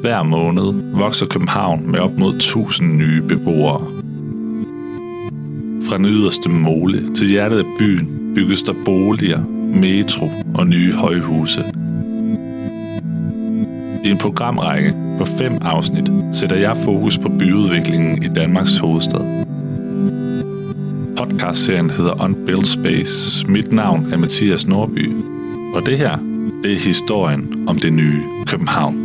Hver måned vokser København med op mod 1000 nye beboere. Fra den yderste mole til hjertet af byen bygges der boliger, metro og nye højhuse. I en programrække på 5 afsnit sætter jeg fokus på byudviklingen i Danmarks hovedstad. Podcastserien hedder Unbuilt Space. Mit navn er Mathias Nordby, og det her, det er historien om det nye København.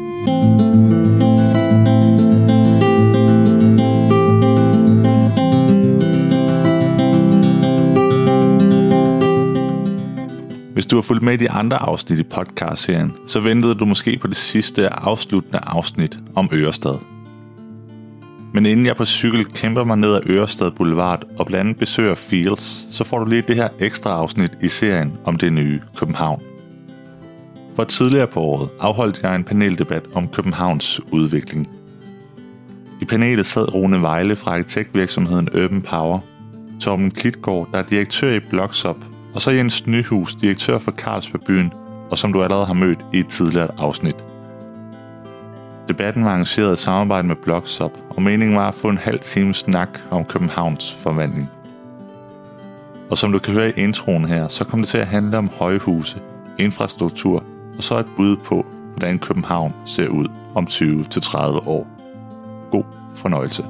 Hvis du har fulgt med i de andre afsnit i podcastserien, så ventede du måske på det sidste afsluttende afsnit om Ørestad. Men inden jeg på cykel kæmper mig ned ad Ørestad Boulevard og blandt andet besøger Fields, så får du lige det her ekstra afsnit i serien om det nye København. For tidligere på året afholdt jeg en paneldebat om Københavns udvikling. I panelet sad Rune Vejle fra arkitektvirksomheden Urban Power, Torben Klitgaard, der er direktør i Blockshop, og så Jens Nyhus, direktør for Carlsbergbyen, og som du allerede har mødt i et tidligere afsnit. Debatten var arrangeret i samarbejde med Blockshop, og meningen var at få en halv times snak om Københavns forvandling. Og som du kan høre i introen her, så kommer det til at handle om højhuse, infrastruktur, og så et bud på, hvordan København ser ud om 20-30 år. God fornøjelse.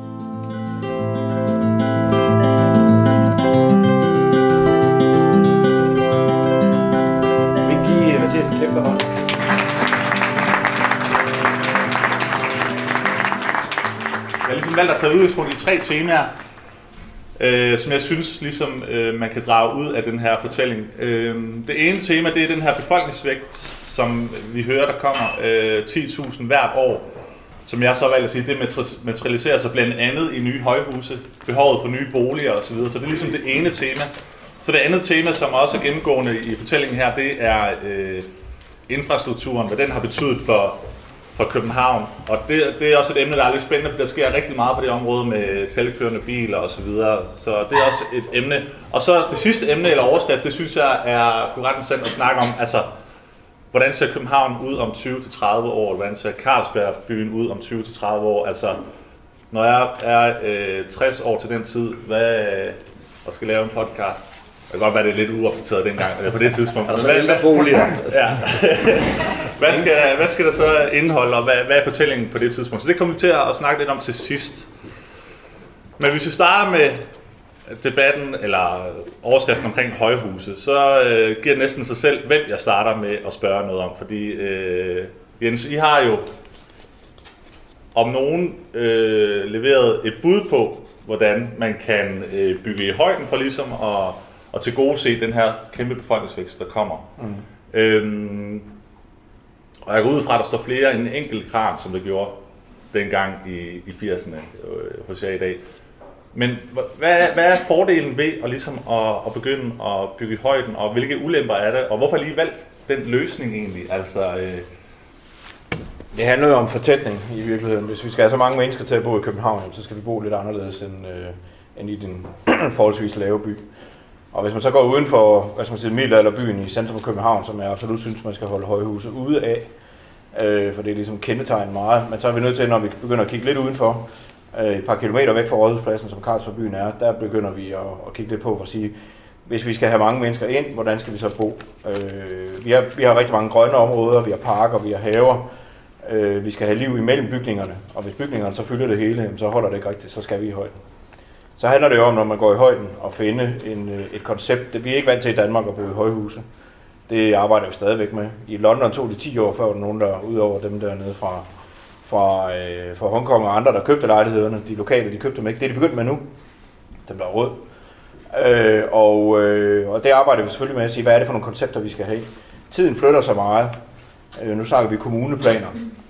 Jeg har ligesom valgt at tage udgangspunkt i 3 temaer, som jeg synes ligesom, man kan drage ud af den her fortælling. Det ene tema, det er den her befolkningsvægt, som vi hører, der kommer 10.000 hvert år. Som jeg så valgte at sige, det materialiserer sig blandt andet i nye højhuse, behovet for nye boliger osv. Så det er ligesom det ene tema. Så det andet tema, som også er gennemgående i fortællingen her, det er infrastrukturen, hvad den har betydet for København. Og det er også et emne, der er lidt spændende, for der sker rigtig meget på det område med selvkørende biler og så videre. Så det er også et emne. Og så det sidste emne, eller overskrift, det synes jeg er ret interessant at snakke om. Altså, hvordan ser København ud om 20-30 år? Hvordan ser Carlsbergbyen ud om 20-30 år? Altså, når jeg er 60 år til den tid, og skal lave en podcast, det kan godt være, det er lidt uopdateret dengang, på det tidspunkt. Altså, hvad boliger? Ja. Hvad skal der så indeholde, og hvad er fortællingen på det tidspunkt? Så det kommer vi til at snakke lidt om til sidst. Men hvis vi starter med debatten, eller overskriften omkring højhuse, så giver det næsten sig selv, hvem jeg starter med at spørge noget om. Fordi, Jens, I har jo om nogen leveret et bud på, hvordan man kan bygge i højden for ligesom at tilgodese den her kæmpe befolkningsvækst, der kommer. Og jeg går ud fra, at der står flere end en enkelt kran, som det gjorde dengang i 80'erne hos jer i dag. Men hvad er fordelen ved at begynde at bygge i højden, og hvilke ulemper er det, og hvorfor lige valgt den løsning egentlig? Altså, Det handler jo om fortætning i virkeligheden. Hvis vi skal have så mange mennesker til at bo i København, så skal vi bo lidt anderledes end i den forholdsvis lave by. Og hvis man så går uden for middelalderbyen i centrum af København, som jeg absolut synes, man skal holde højhuse ude af, for det er ligesom kendetegnet meget, men så er vi nødt til, når vi begynder at kigge lidt udenfor, et par kilometer væk fra Rådhuspladsen, som Carlsbergbyen er, der begynder vi at kigge lidt på for at sige, hvis vi skal have mange mennesker ind, hvordan skal vi så bo? Vi har rigtig mange grønne områder, vi har parker, vi har haver, vi skal have liv imellem bygningerne, og hvis bygningerne så fylder det hele, så holder det ikke rigtigt, så skal vi i højden. Så handler det jo om, når man går i højden, og finde et koncept. Vi er ikke vant til i Danmark at bo i højhuse. Det arbejder vi stadigvæk med. I London tog det 10 år, før der nogen, der udover dem dernede fra Hongkong og andre, der købte lejlighederne. De lokale, de købte dem ikke. Det er de begyndt med nu. Dem, der er råd. Og det arbejder vi selvfølgelig med at sige, hvad er det for nogle koncepter, vi skal have. Tiden flytter sig meget. Nu snakker vi kommuneplaner.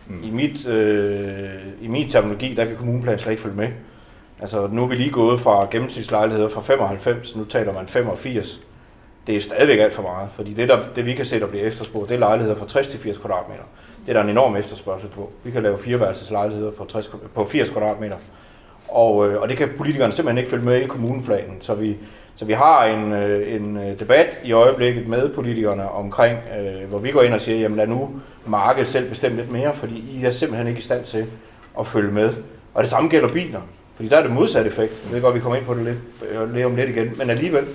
I min terminologi, der kan kommuneplaner slet ikke følge med. Altså, nu er vi lige gået fra gennemsnitslejligheder fra 95, nu taler man 85. Det er stadigvæk alt for meget, fordi det vi kan se, der bliver efterspurgt, det er lejligheder fra 60 til 80 kvadratmeter. Det er der en enorm efterspørgsel på. Vi kan lave 4-værelseslejligheder på 80 kvadratmeter. Og det kan politikerne simpelthen ikke følge med i kommuneplanen, så Så vi har en debat i øjeblikket med politikerne omkring, hvor vi går ind og siger, jamen lad nu markedet selv bestemme lidt mere, fordi I er simpelthen ikke i stand til at følge med. Og det samme gælder biler, fordi der er det modsatte effekt. Jeg ved godt, vi kommer ind på det lidt om lidt igen, men alligevel.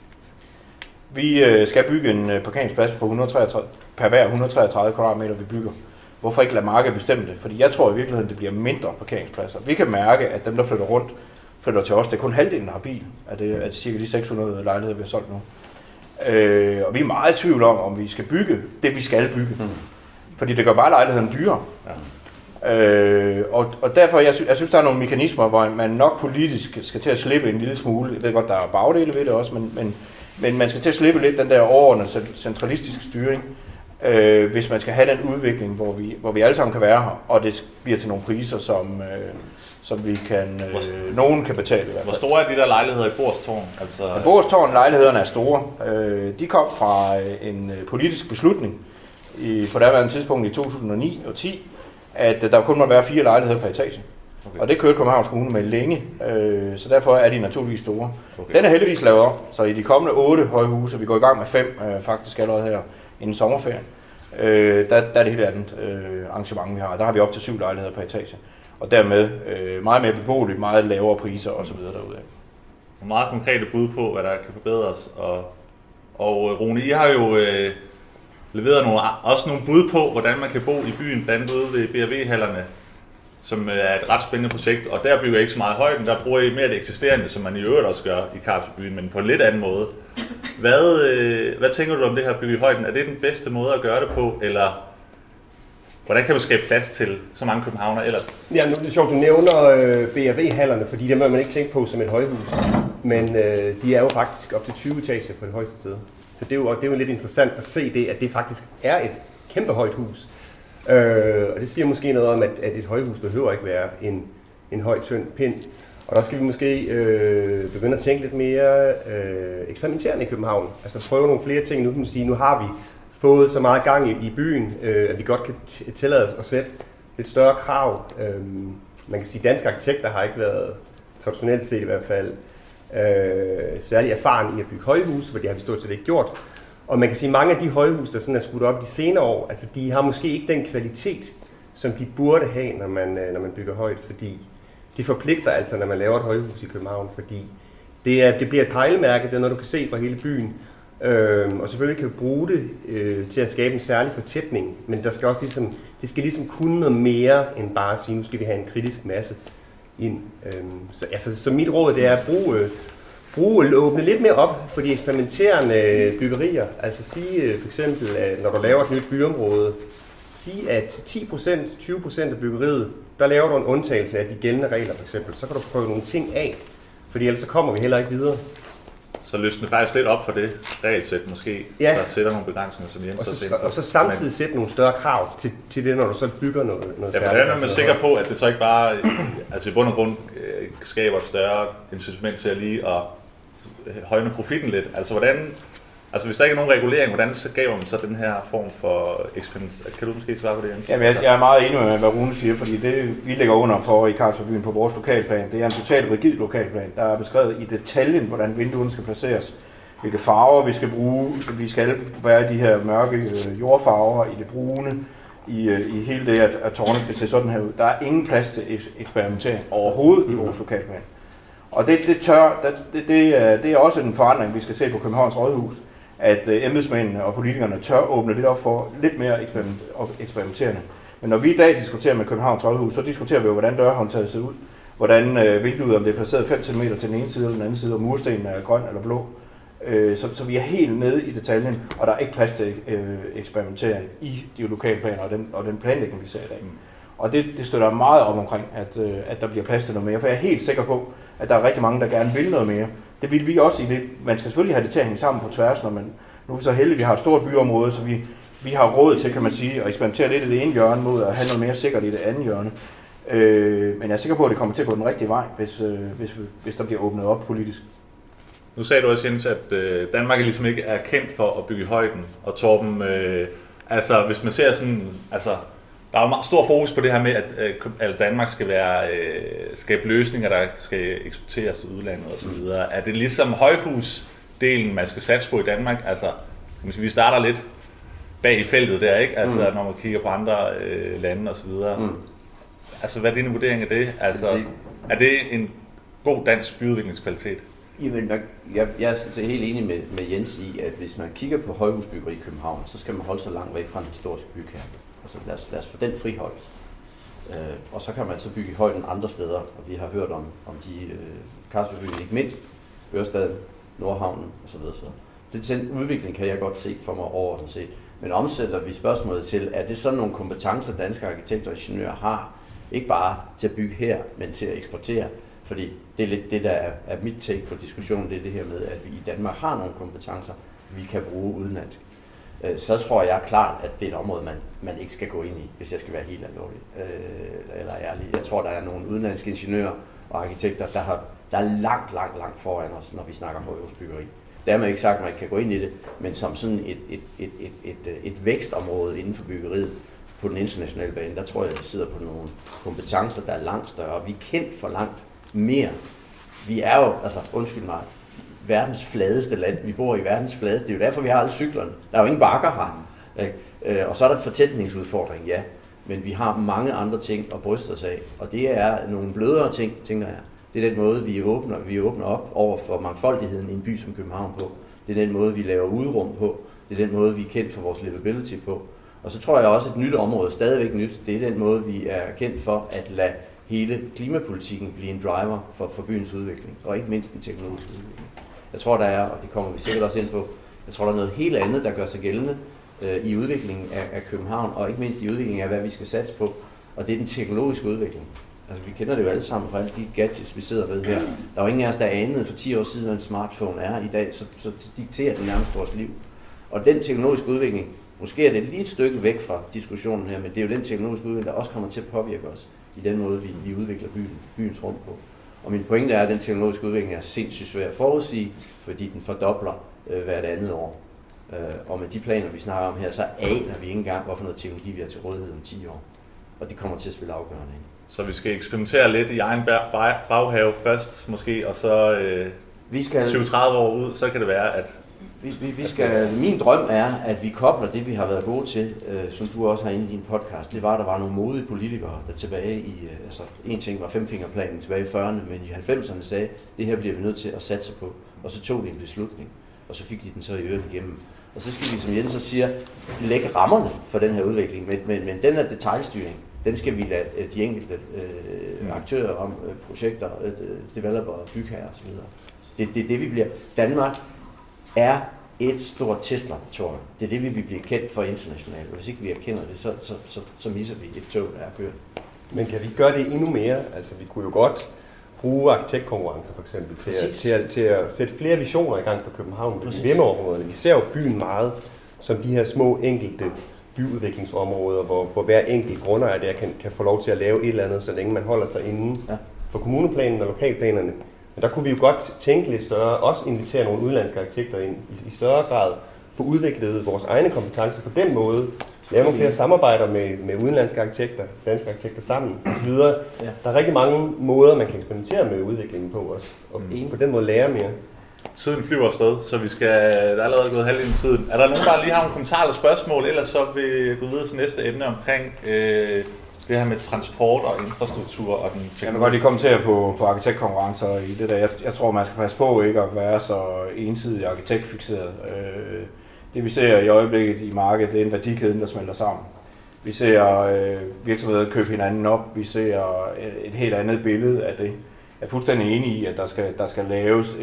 Vi skal bygge en parkeringsplads på 133, per hver 133 kvadratmeter, vi bygger. Hvorfor ikke lade markedet bestemme det? Fordi jeg tror i virkeligheden, det bliver mindre parkeringspladser. Vi kan mærke, at dem, der flytter rundt, flytter til os. Det er kun halvdelen, der har bil. At det er cirka de 600 lejligheder, vi har solgt nu. Og vi er meget i tvivl om vi skal bygge det, vi skal bygge. Fordi det gør bare lejligheden dyrere. Ja. Og derfor, jeg synes, der er nogle mekanismer, hvor man nok politisk skal til at slippe en lille smule. Jeg ved godt, der er bagdele ved det også, men man skal til at slippe lidt den der overordnede centralistiske styring, hvis man skal have den udvikling, hvor vi alle sammen kan være her, og det bliver til nogle priser, som vi kan, nogen kan betale. Hvor store er de der lejligheder i Boerstårn? Altså... Boerstårn, lejlighederne er store. De kom fra en politisk beslutning på daværende tidspunkt i 2009 og 10, at der kun må være 4 lejligheder per etage. Okay. Og det kørte Københavns Kommune med længe, så derfor er de naturligvis store. Okay. Den er heldigvis lavet om, så i de kommende 8 højhuse, vi går i gang med 5 faktisk allerede her inden sommerferien, der er det helt andet arrangement, vi har. Der har vi op til 7 lejligheder per etage, og dermed meget mere beboeligt, meget lavere priser osv. derude. Meget konkrete bud på, hvad der kan forbedres, og Rune, I har jo leveret også nogle bud på, hvordan man kan bo i byen, blandt andet ude ved BRV-hallerne, som er et ret spændende projekt, og der bygger I ikke så meget højden, der bruger I mere det eksisterende, som man i øvrigt også gør i Karlsbyen, men på en lidt anden måde. Hvad tænker du om det her bygge i højden? Er det den bedste måde at gøre det på, eller hvordan kan man skabe plads til så mange københavnere ellers? Ja, nu er det sjovt, du nævner BRV-hallerne, fordi dem vil man ikke tænke på som et højhus, men de er jo faktisk op til 20 etager på det højeste sted. Så det er jo lidt interessant at se det, at det faktisk er et kæmpe højt hus. Og det siger måske noget om, at et højhus behøver ikke være en høj, tynd pind. Og der skal vi måske begynde at tænke lidt mere eksperimenterende i København. Altså prøve nogle flere ting. Nu kan man sige, nu har vi fået så meget gang i byen, at vi godt kan tillade os at sætte lidt større krav. Man kan sige, at danske arkitekter har ikke været, traditionelt set i hvert fald, særlig erfaren i at bygge højhus, for det har vi stort set ikke gjort. Og man kan sige, at mange af de højhus, der sådan er skudt op de senere år, altså de har måske ikke den kvalitet, som de burde have, når man bygger højt, fordi det forpligter altså, når man laver et højhus i København, fordi det bliver et pejlemærke, det er noget, du kan se fra hele byen, og selvfølgelig kan du bruge det til at skabe en særlig fortætning, men det skal ligesom kunne noget mere end bare at sige, nu skal vi have en kritisk masse ind. Så mit råd det er at åbne lidt mere op for de eksperimenterende byggerier. Altså sige for eksempel, at når du laver et nyt byområde, sige at 10%, 20% af byggeriet, der laver du en undtagelse af de gældende regler for eksempel. Så kan du prøve nogle ting af, fordi ellers så kommer vi heller ikke videre. Så løsne faktisk lidt op for det regelsæt måske, ja. Der sætter nogle begrænsninger som Jens. Og så samtidig sætte nogle større krav til det, når du så bygger noget ja, færdigt. Ja, hvordan er man sikker på, at det så ikke bare, altså i bund og grund, skaber et større incitament til at lige at højne profitten lidt? Altså hvordan, altså hvis der ikke er nogen regulering, hvordan skaber man så den her form for eksperiment? Kan du måske svare på det, Jens? Jamen, jeg er meget enig med, hvad Rune siger, fordi det, vi lægger under for i Karlsbyen på vores lokalplan, det er en totalt rigid lokalplan. Der er beskrevet i detaljen, hvordan vinduerne skal placeres, hvilke farver vi skal bruge. Vi skal være de her mørke jordfarver i det brune, i hele det, at tårnet skal se sådan her ud. Der er ingen plads til eksperimentering overhovedet i vores lokalplan. Og det er også en forandring, vi skal se på Københavns Rådhus, at embedsmændene og politikerne tør åbne lidt op for lidt mere eksperimenterende. Men når vi i dag diskuterer med Københavns Rådhus, så diskuterer vi jo, hvordan dørhåndtaget ser ud, hvordan vinduet, om det er placeret 5 cm til den ene side eller den anden side, og murstenen er grøn eller blå. Så vi er helt nede i detaljen, og der er ikke plads til eksperimentering i de lokalplaner og den planlægning, vi ser i dag. Og det støtter meget op omkring, at der bliver plads til noget mere, for jeg er helt sikker på, at der er rigtig mange, der gerne vil noget mere. Det vil vi også i det. Man skal selvfølgelig have det til at hænge sammen på tværs, når man nu er vi så heldige, at vi har et stort byområde, så vi har råd til, kan man sige, at eksperimentere lidt i det ene hjørne mod at have noget mere sikkert i det andet hjørne. Men jeg er sikker på, at det kommer til at gå den rigtige vej, hvis der bliver åbnet op politisk. Nu sagde du også, Jens, at Danmark ligesom ikke er kendt for at bygge i højden, og Torben, altså hvis man ser sådan, altså Der er jo stor fokus på det her med, at Danmark skal skabe løsninger, der skal eksporteres til udlandet osv. Er det ligesom højhusdelen, man skal satse på i Danmark? Altså, vi starter lidt bag i feltet der, ikke? Altså, når man kigger på andre lande osv. Altså, hvad er din vurdering af det? Altså, er det en god dansk byudviklingskvalitet? Jamen, jeg er helt enig med Jens i, at hvis man kigger på højhusbyggeri i København, så skal man holde sig langt væk fra en historisk bykerne. Altså lad os få den friholdt. Og så kan man så bygge i højden andre steder, og vi har hørt om de Carlsbergbyen, ikke mindst Ørestaden, Nordhavnen osv. Den udvikling kan jeg godt se for mig overordnet set. Men omsætter vi spørgsmålet til, er det sådan nogle kompetencer, danske arkitekter og ingeniører har, ikke bare til at bygge her, men til at eksportere? Fordi det er lidt det, der er mit take på diskussionen, det er det her med, at vi i Danmark har nogle kompetencer, vi kan bruge udenlandsk. Så tror jeg klart, at det er et område, man ikke skal gå ind i, hvis jeg skal være helt alvorlig eller ærlig. Jeg tror, der er nogle udenlandske ingeniører og arkitekter, der er langt foran os, når vi snakker højhusbyggeri. Dermed ikke sagt, at man ikke kan gå ind i det, men som sådan et vækstområde inden for byggeriet på den internationale bane, der tror jeg, at vi sidder på nogle kompetencer, der er langt større. Vi er kendt for langt mere. Vi er jo, altså undskyld mig, verdens fladeste land. Vi bor i verdens fladeste. Det er jo derfor, vi har alle cyklerne. Der er jo ingen bakker her. Og så er der en fortætningsudfordring, ja. Men vi har mange andre ting at bryste os af. Og det er nogle blødere ting, tænker jeg. Det er den måde, vi åbner op over for mangfoldigheden i en by som København på. Det er den måde, vi laver udrum på. Det er den måde, vi er kendt for vores livability på. Og så tror jeg også, et nyt område, stadigvæk nyt, det er den måde, vi er kendt for at lade hele klimapolitikken blive en driver for byens udvikling. Og ikke mindst den teknologiske udvikling. Jeg tror, der er, og det kommer vi sikkert også ind på, jeg tror, der er noget helt andet, der gør sig gældende i udviklingen af København, og ikke mindst i udviklingen af, hvad vi skal satse på, og det er den teknologiske udvikling. Altså, vi kender det jo alle sammen fra alle de gadgets, vi sidder ved her. Der er jo ingen af os, der anede for 10 år siden, hvad en smartphone er i dag, så dikterer det nærmest vores liv. Og den teknologiske udvikling, måske er det lige et stykke væk fra diskussionen her, men det er jo den teknologiske udvikling, der også kommer til at påvirke os i den måde, vi udvikler byens rum på. Og min pointe er, at den teknologiske udvikling er sindssygt svær at forudsige, fordi den fordobler hvert andet år. Og med de planer, vi snakker om her, så aner vi ikke engang, hvorfor noget teknologi vi har til rådighed om 10 år. Og det kommer til at spille afgørende ind. Så vi skal eksperimentere lidt i egen baghave først, måske, og så 20-30 år ud, så kan det være, at... Min drøm er, at vi kobler det, vi har været gode til, som du også har inde i din podcast. Det var, at der var nogle modige politikere, der tilbage i... Altså, en ting var femfingerplanen tilbage i 40'erne, men i 90'erne sagde, det her bliver vi nødt til at satse på. Og så tog de en beslutning, og så fik de den så i øvrigt igennem. Og så skal vi, som Jens så siger, lægge rammerne for den her udvikling. Men den her detailstyring, den skal vi lade de enkelte aktører om projekter, developer, bygherrer osv. Det er det, vi bliver. Danmark er et stort testlaboratorium. Det er det, vi vil blive kendt for internationalt. Og hvis ikke vi erkender det, så misser vi et tog, der er kørt. Men kan vi gøre det endnu mere? Altså, vi kunne jo godt bruge arkitektkonkurrencer for eksempel til at sætte flere visioner i gang på København i Vimmerområderne. Vi ser jo byen meget som de her små enkelte byudviklingsområder, hvor hver enkelt grundejer der kan få lov til at lave et eller andet, så længe man holder sig inden for kommuneplanen og lokalplanerne. Men der kunne vi jo godt tænke lidt større, også invitere nogle udenlandske arkitekter ind i større grad, få udviklet vores egne kompetencer på den måde, lave nogle flere samarbejder med udenlandske arkitekter, danske arkitekter sammen osv. Ja. Der er rigtig mange måder, man kan eksperimentere med udviklingen på også, og på den måde lære mere. Tiden flyver afsted, så der er allerede gået halvdelen af tiden. Er der nogen, der lige har nogle kommentarer eller spørgsmål, ellers så vil jeg gå videre til næste emne omkring det her med transport og infrastruktur og den teknologi. Jeg vil godt lige kommentere på arkitektkonkurrencer i det der. Jeg tror, man skal passe på ikke at være så ensidig arkitektfikseret. Det vi ser i øjeblikket i markedet, det er en værdikæde, der smelter sammen. Vi ser virksomheder købe hinanden op. Vi ser et helt andet billede af det. Jeg er fuldstændig enig i, at der skal laves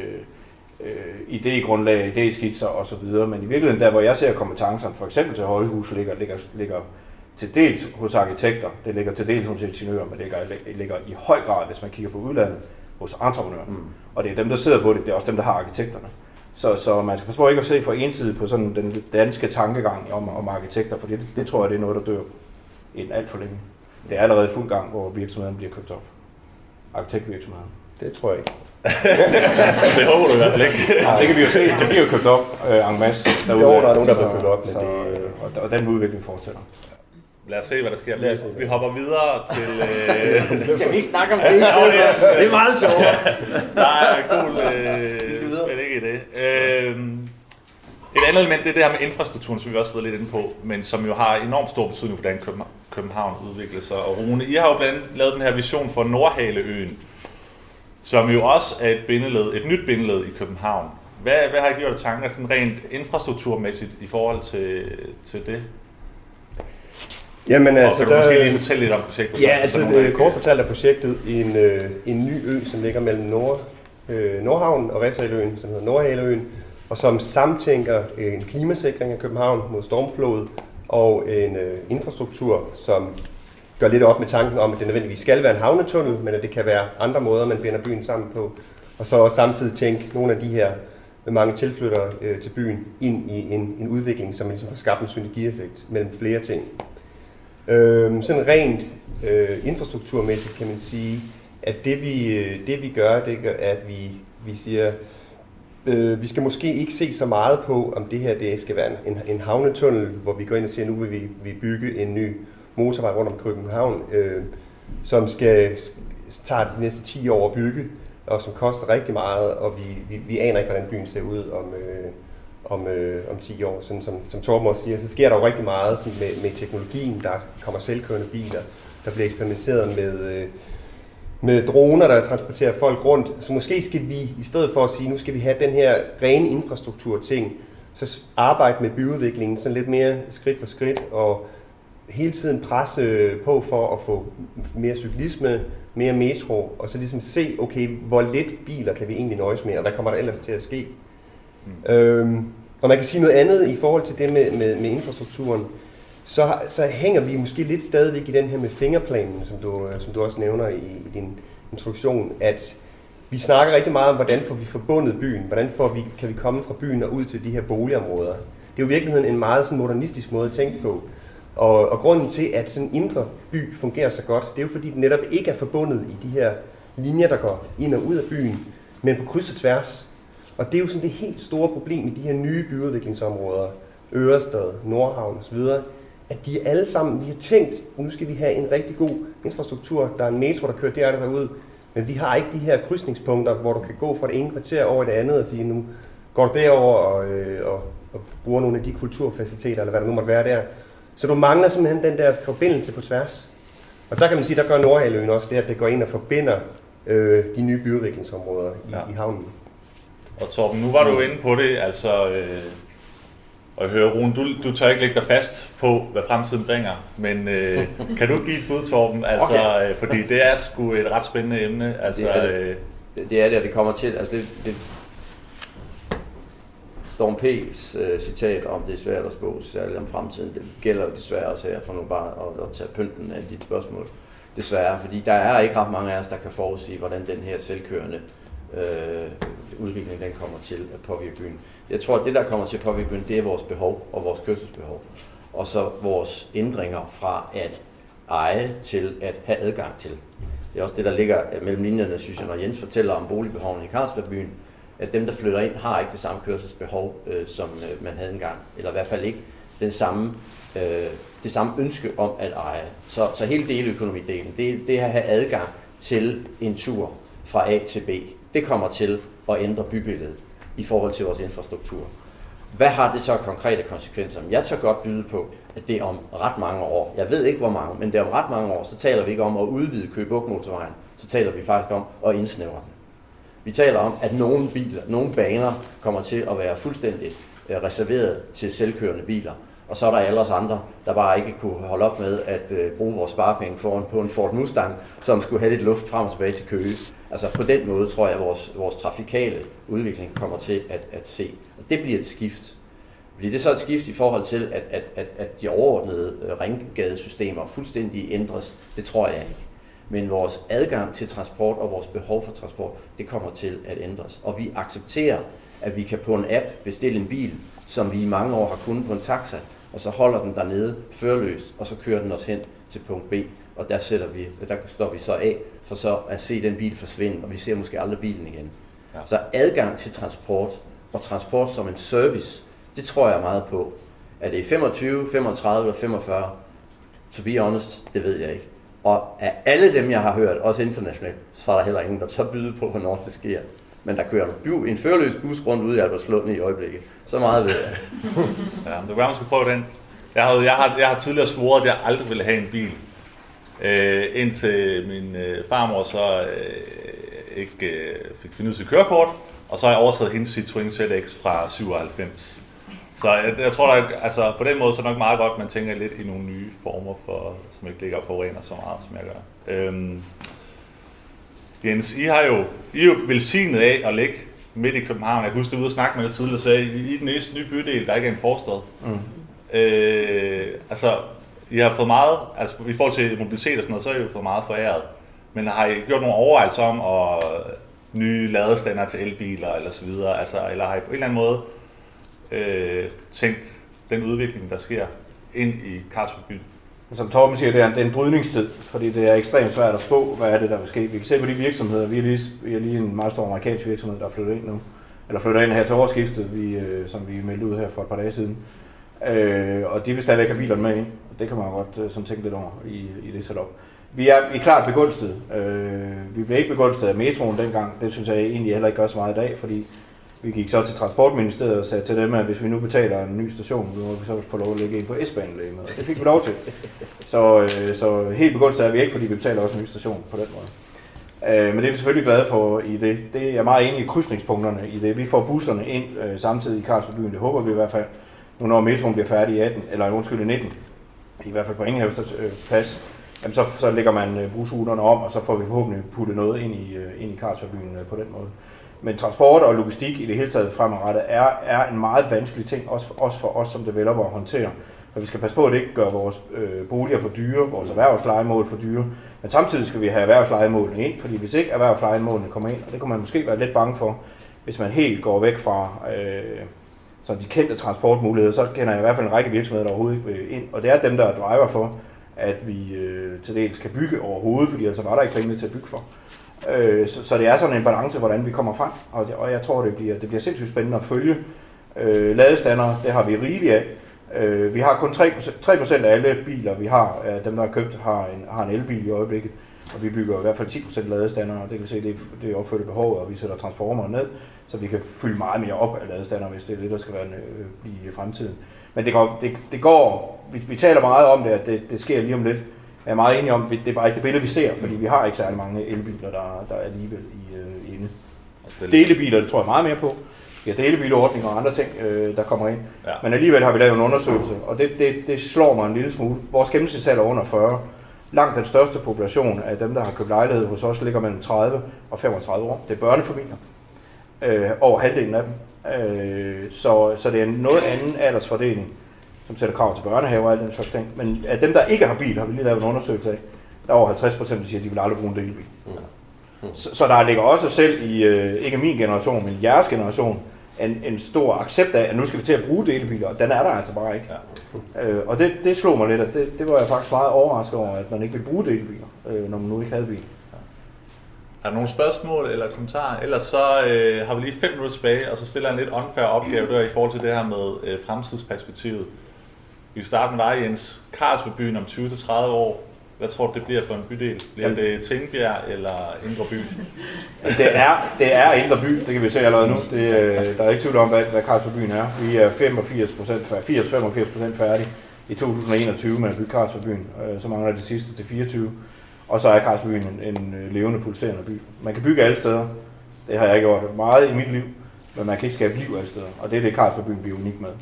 idégrundlag, idéskitser osv. Men i virkeligheden, der hvor jeg ser kompetencerne, for eksempel til højhus, ligger til dels hos arkitekter, det ligger til dels hos ingeniører, men det ligger i høj grad, hvis man kigger på udlandet, hos entreprenører. Og det er dem, der sidder på det, det er også dem, der har arkitekterne. Så man skal passe på ikke at se for ensidigt på sådan den danske tankegang om arkitekter, for det tror jeg, det er noget, der dør inden alt for længe. Det er allerede fuld gang, hvor virksomheden bliver købt op. Arkitektvirksomheden. Det tror jeg ikke. Det håber du i hvert fald ikke. Ja, det kan vi jo se. Det bliver jo købt op en masse derude. Jo, der er nogen, der bliver købt op. Og den udvikling fortsætter. Lad os se, hvad der sker. Vi hopper videre til... Skal vi ikke snakke om det? Det er meget sjovt. Nej, cool. Spil ikke i det. Et andet element, det er det her med infrastrukturen, som vi også har været lidt inde på, men som jo har enormt stor betydning for, hvordan København udvikler sig. Og Rune, I har jo blandt andet lavet den her vision for Nordhaleøen, som jo også er et nyt bindeled i København. Hvad har I gjort af tanker sådan rent infrastrukturmæssigt i forhold til det? Jamen altså, kan du måske lige fortælle lidt om projektet? Ja, altså kort fortalt er projektet en ny ø, som ligger mellem Nordhavn og Refshaleøen, som hedder Nordhaleøen, og som samtænker en klimasikring af København mod stormflod og en infrastruktur, som gør lidt op med tanken om, at det nødvendigvis skal være en havnetunnel, men at det kan være andre måder, man binder byen sammen på. Og så også samtidig tænke nogle af de her mange tilflyttere til byen ind i en udvikling, som ligesom får skabt en synergieffekt mellem flere ting. Sådan rent infrastrukturmæssigt kan man sige, at det vi gør, det gør, at vi siger, vi skal måske ikke se så meget på, om det her det skal være en havnetunnel, hvor vi går ind og siger, nu vil vi bygge en ny motorvej rundt om København, som tage de næste 10 år at bygge, og som koster rigtig meget, og vi aner ikke, hvordan byen ser ud om 10 år. Sådan, som Torben også siger, så sker der jo rigtig meget med teknologien. Der kommer selvkørende biler, der bliver eksperimenteret med droner, der transporterer folk rundt. Så måske skal vi, i stedet for at sige, nu skal vi have den her rene infrastruktur-ting, så arbejde med byudviklingen sådan lidt mere skridt for skridt, og hele tiden presse på for at få mere cyklisme, mere metro, og så ligesom se, okay, hvor lidt biler kan vi egentlig nøjes med, og hvad kommer der ellers til at ske? Og man kan sige noget andet i forhold til det med infrastrukturen, så hænger vi måske lidt stadigvæk i den her med fingerplanen, som du også nævner i din introduktion, at vi snakker rigtig meget om, hvordan får vi forbundet byen, hvordan kan vi komme fra byen og ud til de her boligområder. Det er jo i virkeligheden en meget sådan modernistisk måde at tænke på. Og grunden til, at sådan en indre by fungerer så godt, det er jo fordi, den netop ikke er forbundet i de her linjer, der går ind og ud af byen, men på kryds og tværs. Og det er jo sådan det helt store problem i de her nye byudviklingsområder, Ørestad, Nordhavn osv., at de alle sammen, vi har tænkt, nu skal vi have en rigtig god infrastruktur, der er en metro, der kører derud, men vi har ikke de her krydsningspunkter, hvor du kan gå fra det ene kvarter over det andet og sige, nu går du derover og bruger nogle af de kulturfaciliteter, eller hvad der nu måtte være der. Så du mangler simpelthen den der forbindelse på tværs. Og der kan man sige, der gør Nordhaleøen også det, at det går ind og forbinder de nye byudviklingsområder i havnen. Og Torben, nu var du inde på det, altså, og jeg hører, Rune, du tør ikke lægge dig fast på, hvad fremtiden bringer, men kan du give et bud, Torben? Altså, okay. Fordi det er sgu et ret spændende emne. Altså, det er det, og det kommer til, altså det Storm P's citat om, det er svært at spå, særligt om fremtiden, det gælder jo desværre også her, for nu bare at tage pynten af dit spørgsmål. Desværre, fordi der er ikke ret mange af os, der kan forudsige, hvordan den her selvkørende udvikling den kommer til at påvirke byen. Jeg tror, at det, der kommer til at påvirke byen, det er vores behov og vores kørselsbehov. Og så vores ændringer fra at eje til at have adgang til. Det er også det, der ligger mellem linjerne, synes jeg, når Jens fortæller om boligbehovene i Carlsbergbyen, at dem, der flytter ind, har ikke det samme kørselsbehov, som man havde engang. Eller i hvert fald ikke det samme ønske om at eje. Så hele deleøkonomidelen, det at have adgang til en tur fra A til B, det kommer til at ændre bybilledet i forhold til vores infrastruktur. Hvad har det så konkrete konsekvenser? Jeg tør godt byde på, at det er om ret mange år. Jeg ved ikke hvor mange, men det er om ret mange år. Så taler vi ikke om at udvide Køge Bugt motorvejen, så taler vi faktisk om at indsnævre den. Vi taler om, at nogle baner kommer til at være fuldstændig reserveret til selvkørende biler. Og så er der alle os andre, der bare ikke kunne holde op med at bruge vores sparepenge foran på en Ford Mustang, som skulle have lidt luft frem og tilbage til Køge. Altså på den måde tror jeg, at vores trafikale udvikling kommer til at se. Og det bliver et skift. Bliver det så et skift i forhold til, at de overordnede ringgadesystemer fuldstændig ændres? Det tror jeg ikke. Men vores adgang til transport og vores behov for transport, det kommer til at ændres. Og vi accepterer, at vi kan på en app bestille en bil, som vi i mange år har kunnet på en taxa, og så holder den dernede førerløst, og så kører den os hen til punkt B. Og der står vi så af, for så at se den bil forsvinde, og vi ser måske aldrig bilen igen. Ja. Så adgang til transport, og transport som en service, det tror jeg meget på. Er det i 25, 35 eller 45? to be honest, det ved jeg ikke. Og af alle dem, jeg har hørt, også internationalt, så er der heller ingen, der tør byde på, hvornår det sker. Men der kører en førerløs bus rundt ude i Albertslund i øjeblikket. Så meget ved jeg. Ja, det var, man skulle prøve den. Jeg har tidligere svoret, at jeg aldrig ville have en bil. Indtil min farmor så ikke fik fundet sit kørekort, og så har jeg overtaget hendes Citroën ZX fra 97. Så jeg tror, altså på den måde så er det nok meget godt, man tænker lidt i nogle nye former, som ikke ligger og forurener så meget, som jeg gør. Jens, I er jo velsignet af at ligge midt i København. Jeg kan huske, at ude og snakke med dig tidligere, sagde I den nye bydel, der ikke er en forstad. Altså, I har fået meget, altså i forhold til mobilitet og sådan noget, så har I jo fået meget foræret. Men har I gjort nogle overvejelser om at nye ladestander til elbiler eller så videre? Altså, eller har I på en eller anden måde tænkt den udvikling, der sker ind i Carlsberg by? Som Torben siger, det er en brydningstid, fordi det er ekstremt svært at spå, hvad er det, der vil ske. Vi kan se på de virksomheder, vi er lige en meget stor amerikansk virksomhed, der er flyttet ind nu, eller flyttet ind her til årsskiftet, som vi meldte ud her for et par dage siden. Og de vil stadigvæk have bilerne med ind, og det kan man godt sådan tænke lidt over i det setup. Vi er klart begunstiget. Vi blev ikke begunstiget af metroen dengang, det synes jeg egentlig heller ikke gør så meget i dag, fordi vi gik så til Transportministeriet og sagde til dem, at hvis vi nu betaler en ny station, så må vi så få lov at lægge ind på S-banelægemet, og det fik vi lov til. Så helt begunstiget er vi ikke, fordi vi betaler også en ny station på den måde. Men det er vi selvfølgelig glade for i det. Det er meget enig i krydsningspunkterne i det. Vi får busserne ind samtidig i Carlsberg byen, det håber vi i hvert fald. Nu når metroen bliver færdig i 18, eller i 19, i hvert fald på Ingenhavns plads, jamen så lægger man busruterne om, og så får vi forhåbentlig puttet noget ind i Carlsberg byen på den måde. Men transport og logistik i det hele taget fremadrettet er en meget vanskelig ting, også for os som developer at håndtere. For vi skal passe på, at det ikke gør vores boliger for dyre, vores erhvervslejemål for dyre, men samtidig skal vi have erhvervslejemålene ind, fordi hvis ikke erhvervslejemålene kommer ind, og det kunne man måske være lidt bange for, hvis man helt går væk fra så de kendte transportmuligheder, så kender jeg i hvert fald en række virksomheder, der overhovedet ikke vil ind, og det er dem, der er driver for, at vi til dels kan bygge overhovedet, fordi altså var der ikke penge til at bygge for. Så det er sådan en balance, hvordan vi kommer frem, og jeg tror, det bliver sindssygt spændende at følge. Ladestander, det har vi rigeligt af. Vi har kun 3% af alle biler, vi har, dem der har købt, har en elbil i øjeblikket, og vi bygger i hvert fald 10% ladestander, og det kan vi se, det er opfyldt behovet, og vi sætter transformer ned, så vi kan fylde meget mere op af ladestander, hvis det er det, der skal blive i fremtiden. Men det går, vi taler meget om det, at det sker lige om lidt. Jeg er meget enig om, det er bare ikke det billede, vi ser, fordi vi har ikke særlig mange elbiler, der er alligevel inde. Delebiler, det tror jeg meget mere på. Vi har delebilordninger og andre ting, der kommer ind. Ja. Men alligevel har vi lavet en undersøgelse, og det slår mig en lille smule. Vores gennemsnitsalder er under 40. Langt den største population af dem, der har købt lejlighed hos os, ligger mellem 30 og 35 år. Det er børnefamilier. Over halvdelen af dem. Så det er en noget anden aldersfordeling, som sætter krav til børnehaver og alt den slags ting. Men af dem, der ikke har bil, har vi lige lavet en undersøgelse af. Der er over 50%, der siger, at de vil aldrig bruge en delbil. Så der ligger også selv i, ikke min generation, men jeres generation, en stor accept af, at nu skal vi til at bruge delebiler, og den er der altså bare ikke. Ja. Og det slog mig lidt, at det var jeg faktisk meget overrasket over, at man ikke vil bruge delebiler, når man nu ikke havde bil. Ja. Er der nogle spørgsmål eller kommentarer? Ellers så har vi lige 5 minutter tilbage, og så stiller jeg en lidt unfair opgave der i forhold til det her med fremtidsperspektivet. Vi starter med dig, Jens. Carlsberg byen om 20-30 år. Hvad tror du, det bliver for en bydel? Bliver det Tingbjerg eller Indre By? Det er Indre By, det kan vi se allerede nu. Der er ikke tvivl om, hvad Carlsberg byen er. Vi er 80-85% færdige i 2021 med at bygge Carlsberg byen. Så mangler de sidste til 24. Og så er Carlsberg byen en levende, pulserende by. Man kan bygge alle steder. Det har jeg gjort meget i mit liv. Men man kan ikke skabe liv alle steder. Og det er det, Carlsberg byen bliver unik med.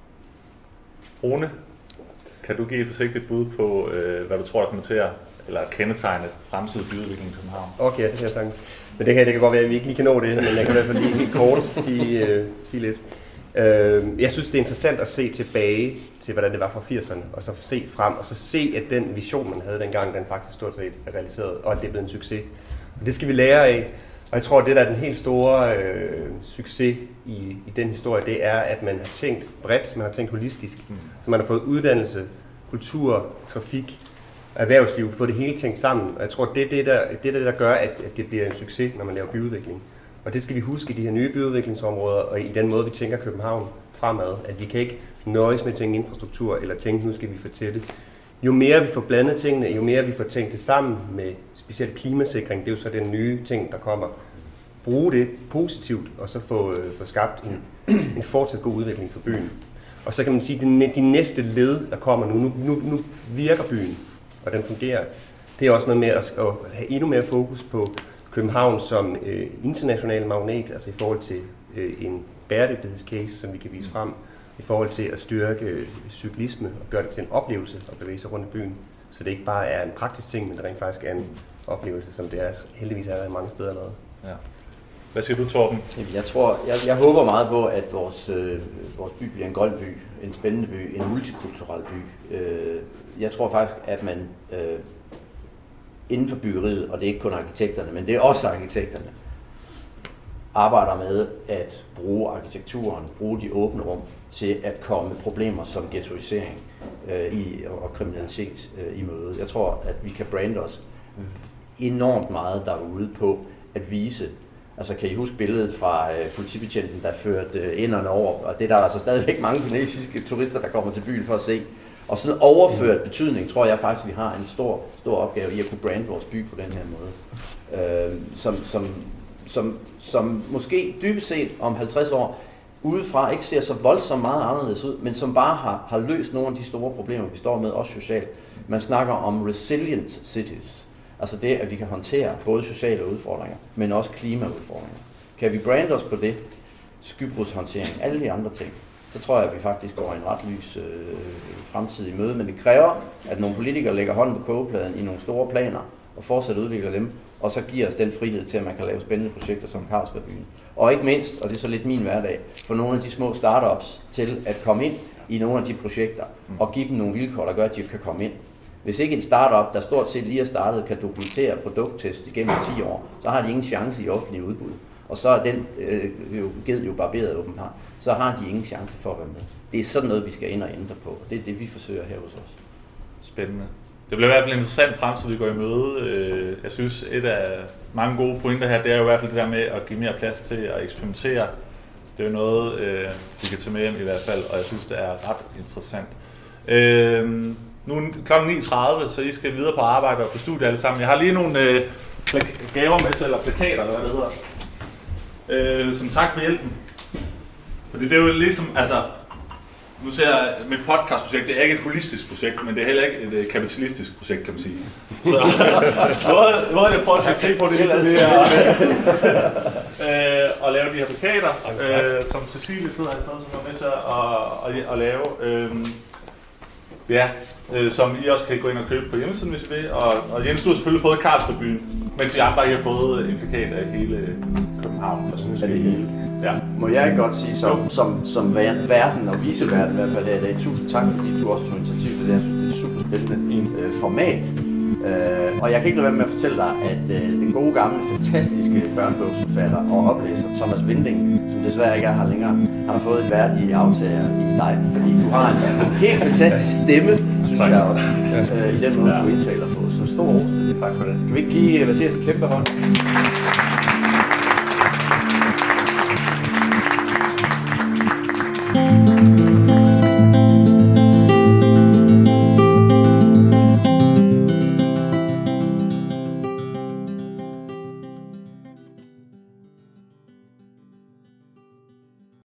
Rune, kan du give et forsigtigt bud på, hvad du tror, der kommer til at kendetegne fremtidig byudvikling i København? Okay, det kan jeg sagtens. Men det kan godt være, at vi ikke lige kan nå det, men jeg kan i hvert fald lige helt kort sige lidt. Jeg synes, det er interessant at se tilbage til, hvordan det var fra 80'erne, og så se frem, og så se, at den vision, man havde dengang, den faktisk stort set er realiseret, og at det er blevet en succes. Og det skal vi lære af, og jeg tror, at det der er den helt store succes i den historie, det er, at man har tænkt bredt, man har tænkt holistisk. Så man har fået uddannelse, kultur, trafik, erhvervsliv, fået det hele tænkt sammen. Og jeg tror, det er det, der gør, at det bliver en succes, når man laver byudvikling. Og det skal vi huske i de her nye byudviklingsområder, og i den måde, vi tænker København fremad, at vi kan ikke nøjes med at tænke infrastruktur, eller tænke, nu skal vi fortælle. jo mere vi får blandet tingene, jo mere vi får tænkt det sammen med specielt klimasikring, det er jo så den nye ting, der kommer. Bruge det positivt, og så få skabt en fortsat god udvikling for byen. Og så kan man sige, at de næste led, der kommer nu virker byen, og den fungerer. Det er også noget med at have endnu mere fokus på København som international magnet, altså i forhold til en bæredygtighedscase, som vi kan vise frem, i forhold til at styrke cyklisme og gøre det til en oplevelse at bevæge sig rundt i byen. Så det ikke bare er en praktisk ting, men det rent faktisk er en oplevelse, som det er heldigvis er mange steder allerede. Ja. Hvad siger du, Torben? Jeg håber meget på, at vores by bliver en grøn by, en spændende by, en multikulturel by. Jeg tror faktisk, at man inden for byggeriet, og det er ikke kun arkitekterne, men det er også arkitekterne, arbejder med at bruge arkitekturen, bruge de åbne rum til at komme problemer som ghettoisering og kriminalitet i møde. Jeg tror, at vi kan brande os enormt meget derude på at vise. Altså kan I huske billedet fra politibetjenten, der førte inderne over, og det er der altså stadigvæk mange kinesiske turister, der kommer til byen for at se. Og sådan en overført betydning, tror jeg faktisk, vi har en stor opgave i at kunne brande vores by på den her måde. Som måske dybest set om 50 år udefra ikke ser så voldsomt meget anderledes ud, men som bare har løst nogle af de store problemer, vi står med, også socialt. Man snakker om resilient cities. Altså det, at vi kan håndtere både sociale udfordringer, men også klimaudfordringer. Kan vi brande os på det, skybrudshåndtering, alle de andre ting, så tror jeg, at vi faktisk går en ret lys fremtid i møde. Men det kræver, at nogle politikere lægger hånden på kogepladen i nogle store planer og fortsat udvikler dem, og så giver os den frihed til, at man kan lave spændende projekter som Carlsbergbyen. Og ikke mindst, og det er så lidt min hverdag, for nogle af de små startups til at komme ind i nogle af de projekter og give dem nogle vilkår, der gør, at de kan komme ind. Hvis ikke en startup, der stort set lige er startet, kan dokumentere produkttest igennem 10 år, så har de ingen chance i offentlige udbud. Og så er den ged jo barberet åbenbart. Så har de ingen chance for at være med. Det er sådan noget, vi skal ind og ændre på. Og det er det, vi forsøger her hos os. Spændende. Det bliver i hvert fald en interessant fremtid, vi går i møde. Jeg synes, et af mange gode pointer her, det er jo i hvert fald det der med at give mere plads til at eksperimentere. Det er jo noget, vi kan tage med hjem i hvert fald, og jeg synes, det er ret interessant. Nu er klokken 9.30, så I skal videre på arbejde og på studie alle sammen. Jeg har lige nogle gaver med til, eller plakater, eller hvad det hedder. Som tak for hjælpen. Fordi det er jo ligesom, altså, nu ser jeg, mit podcastprojekt, det er ikke et holistisk projekt, men det er heller ikke et kapitalistisk projekt, kan man sige. Så noget jeg prøver at kigge på det hele, det er at lave de her plakater, som Cecilie sidder her i stedet, som er med til at lave. Som I også kan gå ind og købe på hjemmesiden, hvis I vil. Og Jens, du har selvfølgelig fået Carlsbergbyen, mens I andre har fået en plakat af hele København. Og sådan det hele. Ja. Må jeg godt sige, som verden og viseverden i hvert fald her i dag, tusind tak, fordi du også tog initiativ til det. Jeg synes, det er et super spændende format. Og jeg kan ikke lade være med at fortælle dig, at den gode gamle, fantastiske børnebogsforfatter og oplæser Thomas Winding, som desværre ikke er her længere, han har fået et værdigt aftager i dig, fordi du har en helt fantastisk stemme, synes jeg også, i den måde, du indtaler på. Så stor ros til det. Tak for det. Kan vi ikke give Mathias en kæmpe hånd?